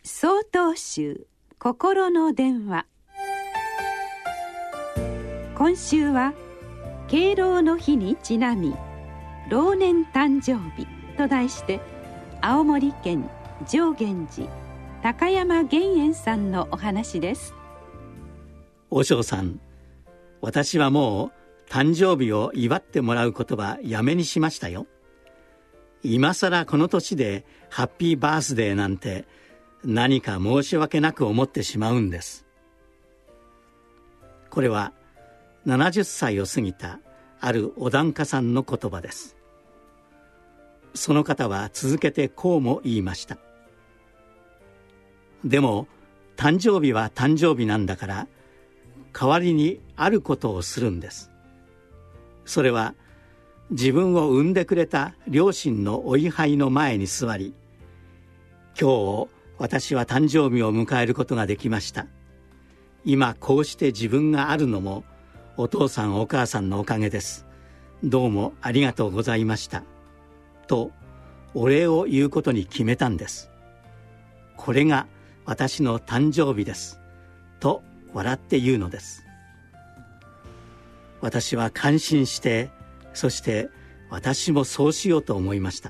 曹洞宗心の電話。今週は敬老の日にちなみ老年誕生日と題して、青森県上元寺高山玄円さんのお話です。 和尚さん、私はもう誕生日を祝ってもらうことはやめにしましたよ。今さらこの年でハッピーバースデーなんて何か申し訳なく思ってしまうんです。これは70歳を過ぎたあるお檀家さんの言葉です。その方は続けてこうも言いました。でも誕生日は誕生日なんだから、代わりにあることをするんです。それは自分を産んでくれた両親のお位牌の前に座り、今日私は誕生日を迎えることができました。今こうして自分があるのもお父さんお母さんのおかげです。どうもありがとうございました。とお礼を言うことに決めたんです。これが私の誕生日です。と笑って言うのです。私は感心して、そして私もそうしようと思いました。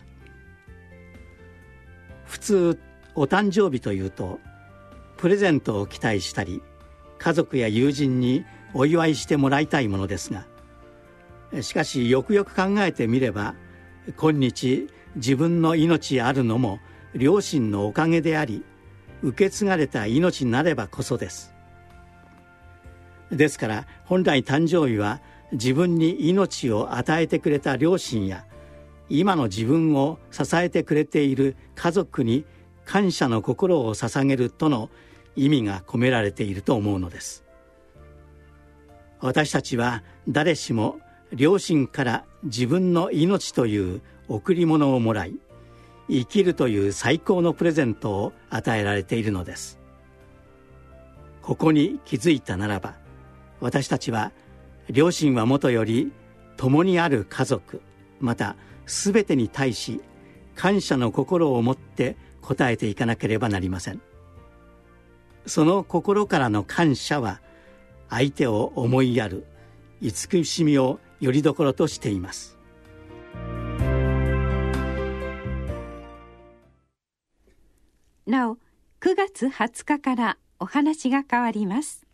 普通お誕生日というとプレゼントを期待したり、家族や友人にお祝いしてもらいたいものですが、しかしよくよく考えてみれば、今日自分の命あるのも両親のおかげであり、受け継がれた命なればこそです。ですから本来誕生日は自分に命を与えてくれた両親や、今の自分を支えてくれている家族に感謝の心を捧げるとの意味が込められていると思うのです。私たちは誰しも両親から自分の命という贈り物をもらい、生きるという最高のプレゼントを与えられているのです。ここに気づいたならば、私たちは両親はもとより共にある家族、またすべてに対し感謝の心を持って応えていかなければなりません。その心からの感謝は、相手を思いやる慈しみをよりどころとしています。 なお、9月20日からお話が変わります。